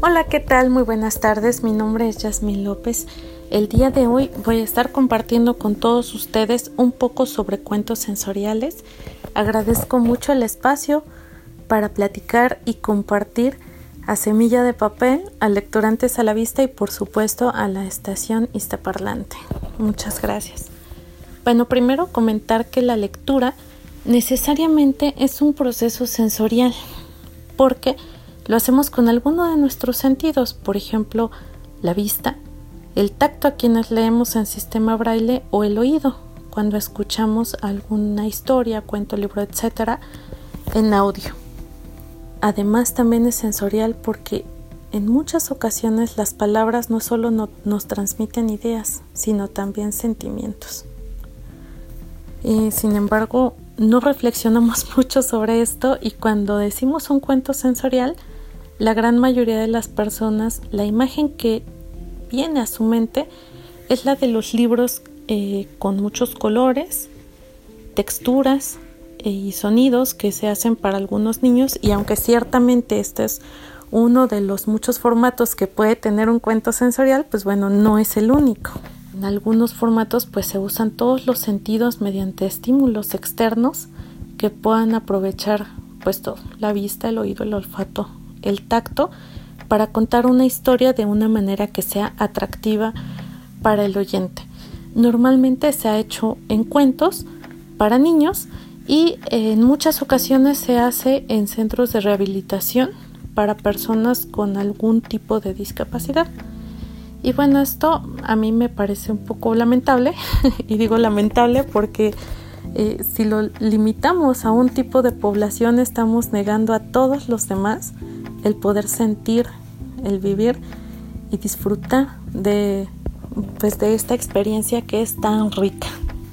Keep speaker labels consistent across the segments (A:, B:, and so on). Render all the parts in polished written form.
A: Hola, ¿qué tal? Muy buenas tardes. Mi nombre es Yasmín López. El día de hoy voy a estar compartiendo con todos ustedes un poco sobre cuentos sensoriales. Agradezco mucho el espacio para platicar y compartir a Semilla de Papel, a Lecturantes a la Vista y por supuesto a la estación Iztaparlante. Muchas gracias. Bueno, primero comentar que la lectura necesariamente es un proceso sensorial porque lo hacemos con alguno de nuestros sentidos, por ejemplo, la vista, el tacto a quienes leemos en sistema braille o el oído, cuando escuchamos alguna historia, cuento, libro, etc., en audio. Además, también es sensorial porque en muchas ocasiones las palabras no solo nos transmiten ideas, sino también sentimientos. Sin embargo, no reflexionamos mucho sobre esto y cuando decimos un cuento sensorial, la gran mayoría de las personas, la imagen que viene a su mente es la de los libros con muchos colores, texturas y sonidos que se hacen para algunos niños, y aunque ciertamente este es uno de los muchos formatos que puede tener un cuento sensorial, pues bueno, no es el único. En algunos formatos pues se usan todos los sentidos mediante estímulos externos que puedan aprovechar pues todo, la vista, el oído, el olfato, el tacto, para contar una historia de una manera que sea atractiva para el oyente. Normalmente se ha hecho en cuentos para niños y en muchas ocasiones se hace en centros de rehabilitación para personas con algún tipo de discapacidad. Y bueno, esto a mí me parece un poco lamentable, y digo lamentable porque si lo limitamos a un tipo de población, estamos negando a todos los demás el poder sentir, el vivir y disfrutar de esta experiencia que es tan rica.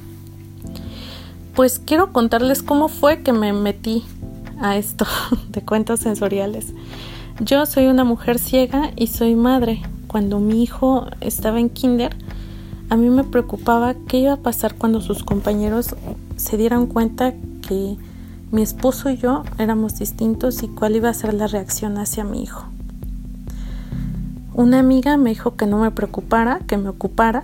A: Pues quiero contarles cómo fue que me metí a esto de cuentos sensoriales. Yo soy una mujer ciega y soy madre. Cuando mi hijo estaba en kinder, a mí me preocupaba qué iba a pasar cuando sus compañeros se dieran cuenta que mi esposo y yo éramos distintos y cuál iba a ser la reacción hacia mi hijo. Una amiga me dijo que no me preocupara, que me ocupara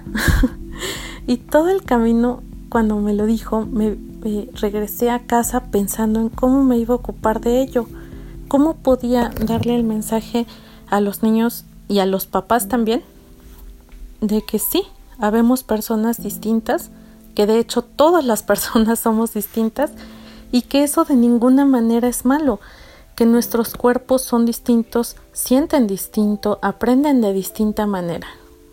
A: y todo el camino cuando me lo dijo me regresé a casa pensando en cómo me iba a ocupar de ello, cómo podía darle el mensaje a los niños y a los papás también de que sí, habemos personas distintas, que de hecho todas las personas somos distintas y que eso de ninguna manera es malo, que nuestros cuerpos son distintos, sienten distinto, aprenden de distinta manera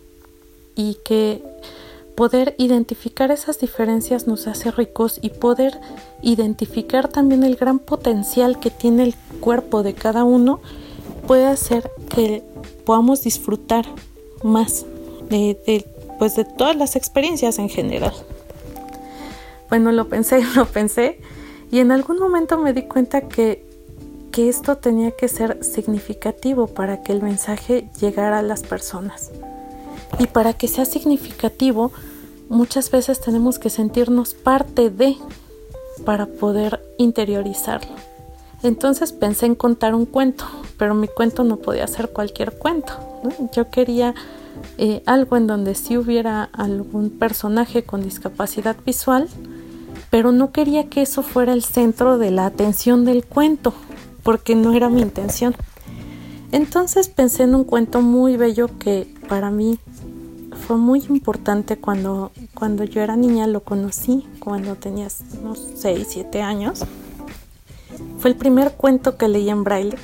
A: y que poder identificar esas diferencias nos hace ricos y poder identificar también el gran potencial que tiene el cuerpo de cada uno puede hacer que podamos disfrutar más de todas las experiencias en general. Bueno, lo pensé y en algún momento me di cuenta que esto tenía que ser significativo para que el mensaje llegara a las personas. Y para que sea significativo, muchas veces tenemos que sentirnos parte de, para poder interiorizarlo. Entonces pensé en contar un cuento, pero mi cuento no podía ser cualquier cuento, ¿no? Yo quería algo en donde sí hubiera algún personaje con discapacidad visual, pero no quería que eso fuera el centro de la atención del cuento, porque no era mi intención. Entonces pensé en un cuento muy bello que para mí fue muy importante cuando yo era niña. Lo conocí cuando tenía unos 6, 7 años. Fue el primer cuento que leí en braille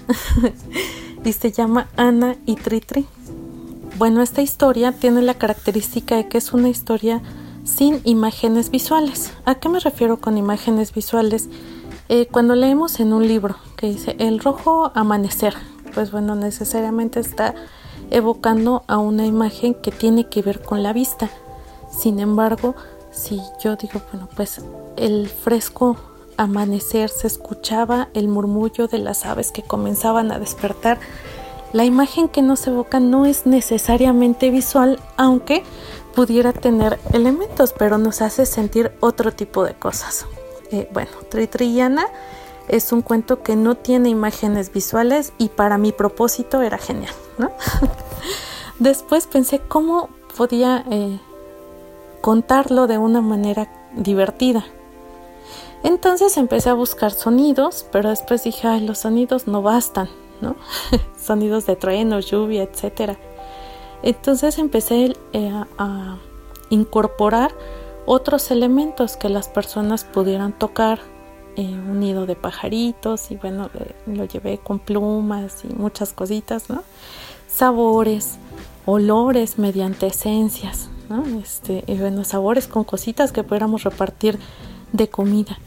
A: y se llama Ana y Tritri. Bueno, esta historia tiene la característica de que es una historia sin imágenes visuales. ¿A qué me refiero con imágenes visuales? Cuando leemos en un libro que dice el rojo amanecer, pues bueno, necesariamente está evocando a una imagen que tiene que ver con la vista. Sin embargo, si yo digo, bueno, pues el fresco amanecer, se escuchaba el murmullo de las aves que comenzaban a despertar, la imagen que nos evoca no es necesariamente visual, aunque pudiera tener elementos, pero nos hace sentir otro tipo de cosas. Bueno, Tritri y Ana es un cuento que no tiene imágenes visuales y para mi propósito era genial, ¿no? Después pensé cómo podía contarlo de una manera divertida. Entonces empecé a buscar sonidos, pero después dije, ay, los sonidos no bastan, ¿no? Sonidos de trueno, lluvia, etcétera. Entonces empecé a incorporar otros elementos que las personas pudieran tocar, un nido de pajaritos, y bueno, lo llevé con plumas y muchas cositas, ¿no? Sabores, olores mediante esencias, ¿no? Y bueno, sabores con cositas que pudiéramos repartir de comida.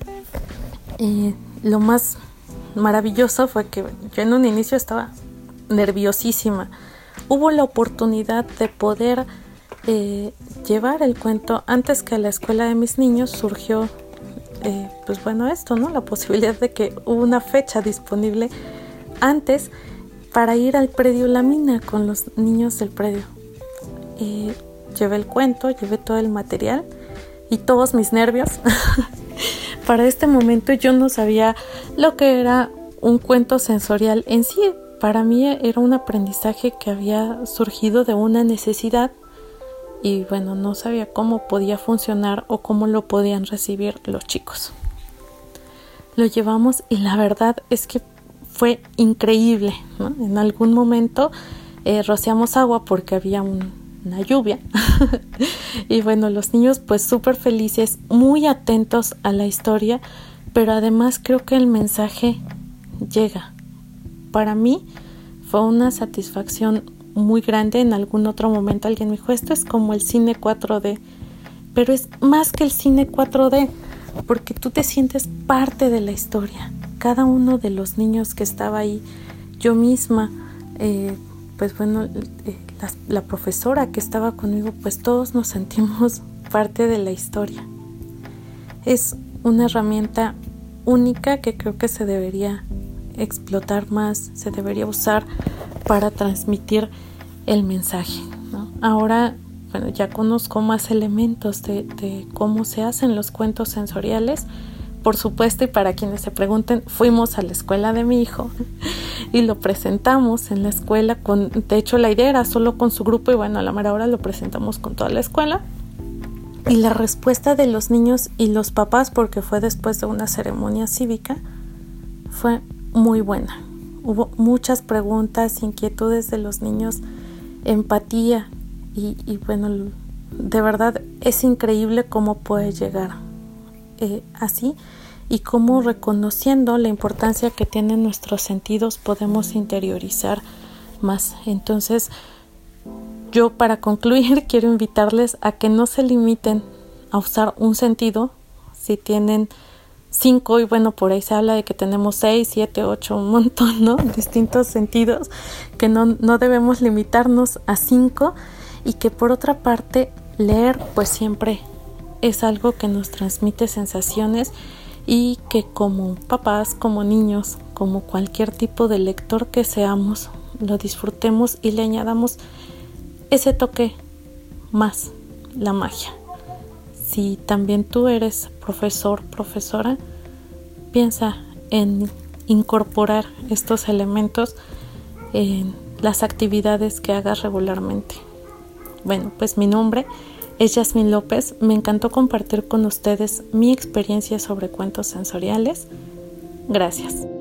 A: Lo más maravilloso fue que yo en un inicio estaba nerviosísima. Hubo la oportunidad de poder llevar el cuento antes que a la escuela de mis niños. Surgió pues bueno, esto, ¿no? La posibilidad de que hubo una fecha disponible antes para ir al predio La Mina con los niños del predio. Llevé el cuento, llevé todo el material y todos mis nervios. Para este momento yo no sabía lo que era un cuento sensorial en sí. Para mí era un aprendizaje que había surgido de una necesidad y bueno, no sabía cómo podía funcionar o cómo lo podían recibir los chicos. Lo llevamos y la verdad es que fue increíble, ¿no? En algún momento rociamos agua porque había una lluvia y bueno, los niños pues súper felices, muy atentos a la historia, pero además creo que el mensaje llega. Para mí fue una satisfacción muy grande. En algún otro momento alguien me dijo, esto es como el cine 4D, pero es más que el cine 4D, porque tú te sientes parte de la historia. Cada uno de los niños que estaba ahí, yo misma, pues bueno, la profesora que estaba conmigo, pues todos nos sentimos parte de la historia. Es una herramienta única que creo que se debería explotar más, se debería usar para transmitir el mensaje, ¿no? Ahora, bueno, ya conozco más elementos de cómo se hacen los cuentos sensoriales. Por supuesto, y para quienes se pregunten, fuimos a la escuela de mi hijo y lo presentamos en la escuela. De hecho, la idea era solo con su grupo y bueno, a la mera hora lo presentamos con toda la escuela. Y la respuesta de los niños y los papás, porque fue después de una ceremonia cívica, fue muy buena. Hubo muchas preguntas, inquietudes de los niños, empatía y bueno, de verdad es increíble cómo puede llegar así y cómo, reconociendo la importancia que tienen nuestros sentidos, podemos interiorizar más. Entonces, yo para concluir quiero invitarles a que no se limiten a usar un sentido. Si tienen 5 y bueno, por ahí se habla de que tenemos 6, 7, 8, un montón, ¿no? Distintos sentidos, que no debemos limitarnos a 5 y que por otra parte leer pues siempre es algo que nos transmite sensaciones y que como papás, como niños, como cualquier tipo de lector que seamos, lo disfrutemos y le añadamos ese toque más, la magia. Si también tú eres profesor, profesora, piensa en incorporar estos elementos en las actividades que hagas regularmente. Bueno, pues mi nombre es Yasmín López. Me encantó compartir con ustedes mi experiencia sobre cuentos sensoriales. Gracias.